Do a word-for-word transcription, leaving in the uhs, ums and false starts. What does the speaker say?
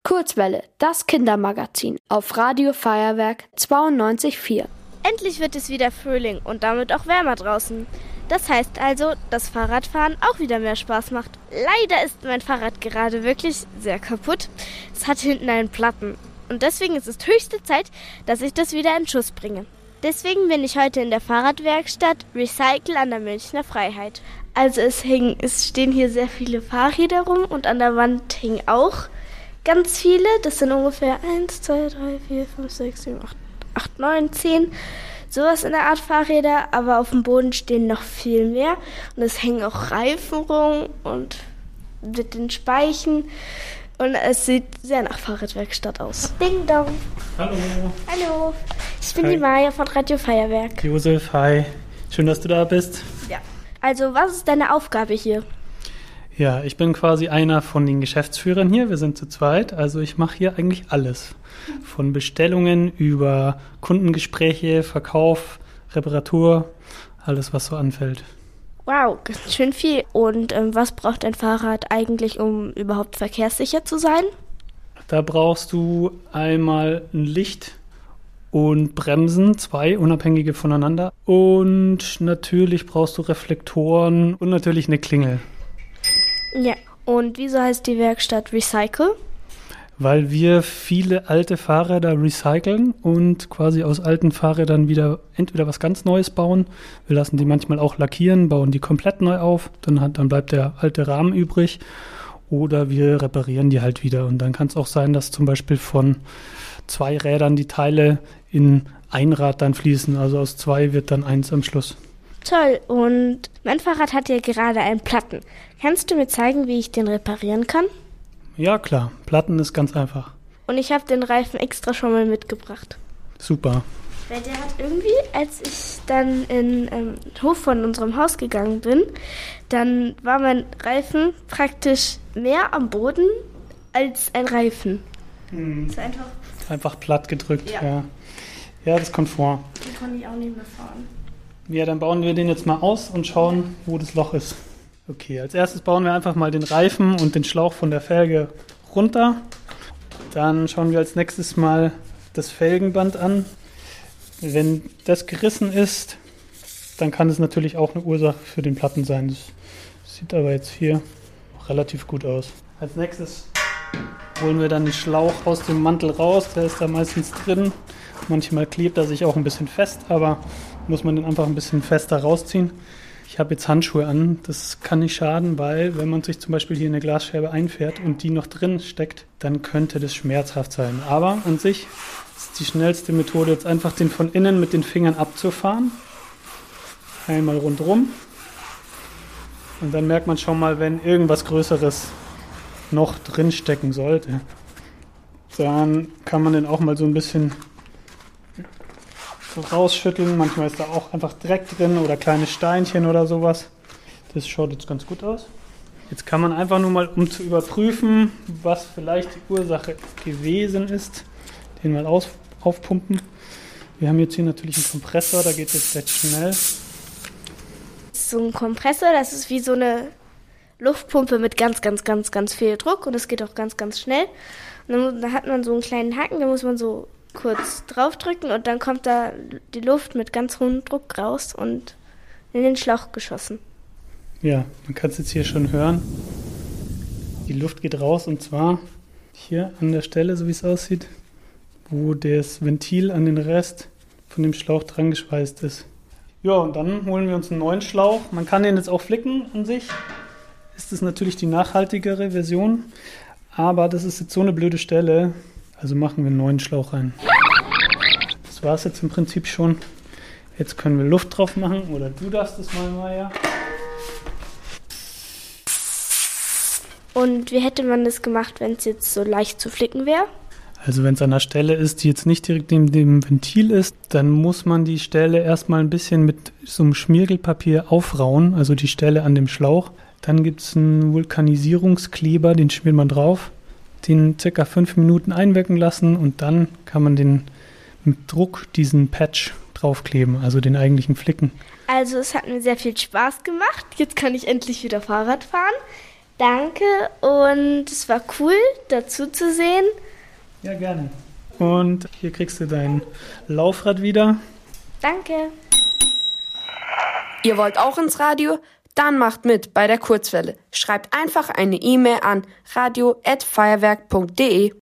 Kurzwelle, das Kindermagazin auf Radio Feuerwerk zweiundneunzig Komma vier. Endlich wird es wieder Frühling und damit auch wärmer draußen. Das heißt also, dass Fahrradfahren auch wieder mehr Spaß macht. Leider ist mein Fahrrad gerade wirklich sehr kaputt. Es hat hinten einen Platten. Und deswegen ist es höchste Zeit, dass ich das wieder in Schuss bringe. Deswegen bin ich heute in der Fahrradwerkstatt Recycle an der Münchner Freiheit. Also es, hängen, es stehen hier sehr viele Fahrräder rum und an der Wand hängen auch ganz viele. Das sind ungefähr eins, zwei, drei, vier, fünf, sechs, sieben, acht, neun, zehn. Sowas in der Art Fahrräder, aber auf dem Boden stehen noch viel mehr. Und es hängen auch Reifen rum und mit den Speichen. Und es sieht sehr nach Fahrradwerkstatt aus. Ding Dong. Hallo. Hallo. Ich bin Hi. die Maja von Radio Feuerwerk. Josef, hi. Schön, dass du da bist. Ja. Also, was ist deine Aufgabe hier? Ja, ich bin quasi einer von den Geschäftsführern hier. Wir sind zu zweit. Also ich mache hier eigentlich alles. Von Bestellungen über Kundengespräche, Verkauf, Reparatur, alles, was so anfällt. Wow, ganz schön viel. Und ähm, was braucht ein Fahrrad eigentlich, um überhaupt verkehrssicher zu sein? Da brauchst du einmal ein Licht und Bremsen, zwei unabhängige voneinander. Und natürlich brauchst du Reflektoren und natürlich eine Klingel. Ja, und wieso heißt die Werkstatt Recycle? Weil wir viele alte Fahrräder recyceln und quasi aus alten Fahrrädern wieder entweder was ganz Neues bauen. Wir lassen die manchmal auch lackieren, bauen die komplett neu auf. Dann, hat, dann bleibt der alte Rahmen übrig. Oder wir reparieren die halt wieder. Und dann kann es auch sein, dass zum Beispiel von zwei Rädern die Teile in ein Rad dann fließen. Also aus zwei wird dann eins am Schluss. Toll, und mein Fahrrad hat ja gerade einen Platten. Kannst du mir zeigen, wie ich den reparieren kann? Ja, klar. Platten ist ganz einfach. Und ich habe den Reifen extra schon mal mitgebracht. Super. Weil der hat irgendwie, als ich dann in ähm, den Hof von unserem Haus gegangen bin, dann war mein Reifen praktisch mehr am Boden als ein Reifen. Hm. Das ist einfach... Einfach platt gedrückt, Ja. ja. Ja, das kommt vor. Den konnte ich auch nicht mehr fahren. Ja, dann bauen wir den jetzt mal aus und schauen, wo das Loch ist. Okay, als erstes bauen wir einfach mal den Reifen und den Schlauch von der Felge runter. Dann schauen wir als nächstes mal das Felgenband an. Wenn das gerissen ist, dann kann es natürlich auch eine Ursache für den Platten sein. Das sieht aber jetzt hier relativ gut aus. Als nächstes holen wir dann den Schlauch aus dem Mantel raus. Der ist da meistens drin. Manchmal klebt er sich auch ein bisschen fest, aber muss man den einfach ein bisschen fester rausziehen. Ich habe jetzt Handschuhe an. Das kann nicht schaden, weil wenn man sich zum Beispiel hier eine Glasscherbe einfährt und die noch drin steckt, dann könnte das schmerzhaft sein. Aber an sich ist die schnellste Methode jetzt einfach den von innen mit den Fingern abzufahren. Einmal rundherum. Und dann merkt man schon mal, wenn irgendwas Größeres noch drin stecken sollte. Dann kann man den auch mal so ein bisschen so rausschütteln. Manchmal ist da auch einfach Dreck drin oder kleine Steinchen oder sowas. Das schaut jetzt ganz gut aus. Jetzt kann man einfach nur mal, um zu überprüfen, was vielleicht die Ursache gewesen ist, den mal aus, aufpumpen. Wir haben jetzt hier natürlich einen Kompressor, da geht es recht schnell. So ein Kompressor, das ist wie so eine Luftpumpe mit ganz, ganz, ganz, ganz viel Druck und es geht auch ganz, ganz schnell. Und dann, da hat man so einen kleinen Haken, da muss man so kurz draufdrücken und dann kommt da die Luft mit ganz hohem Druck raus und in den Schlauch geschossen. Ja, man kann es jetzt hier schon hören. Die Luft geht raus und zwar hier an der Stelle, so wie es aussieht, wo das Ventil an den Rest von dem Schlauch dran geschweißt ist. Ja, und dann holen wir uns einen neuen Schlauch. Man kann den jetzt auch flicken an sich. Ist das natürlich die nachhaltigere Version. Aber das ist jetzt so eine blöde Stelle. Also machen wir einen neuen Schlauch rein. Das war es jetzt im Prinzip schon. Jetzt können wir Luft drauf machen. Oder du darfst es mal, Maja. Und wie hätte man das gemacht, wenn es jetzt so leicht zu flicken wäre? Also wenn es an einer Stelle ist, die jetzt nicht direkt neben dem Ventil ist, dann muss man die Stelle erstmal ein bisschen mit so einem Schmirgelpapier aufrauen, also die Stelle an dem Schlauch. Dann gibt es einen Vulkanisierungskleber, den schmiert man drauf, den circa fünf Minuten einwirken lassen und dann kann man den mit Druck diesen Patch draufkleben, also den eigentlichen Flicken. Also es hat mir sehr viel Spaß gemacht. Jetzt kann ich endlich wieder Fahrrad fahren. Danke und es war cool, dazu zu sehen. Ja, gerne. Und hier kriegst du dein Laufrad wieder. Danke. Ihr wollt auch ins Radio? Dann macht mit bei der Kurzwelle. Schreibt einfach eine E-Mail an radio at feuerwerk punkt de.